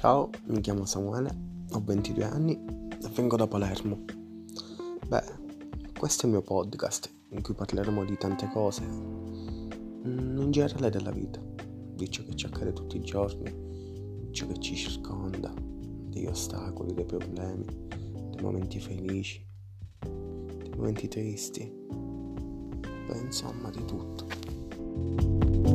Ciao, mi chiamo Samuele, ho 22 anni e vengo da Palermo. Questo è il mio podcast in cui parleremo di tante cose, in generale della vita, di ciò che ci accade tutti i giorni, di ciò che ci circonda, degli ostacoli, dei problemi, dei momenti felici, dei momenti tristi, insomma di tutto.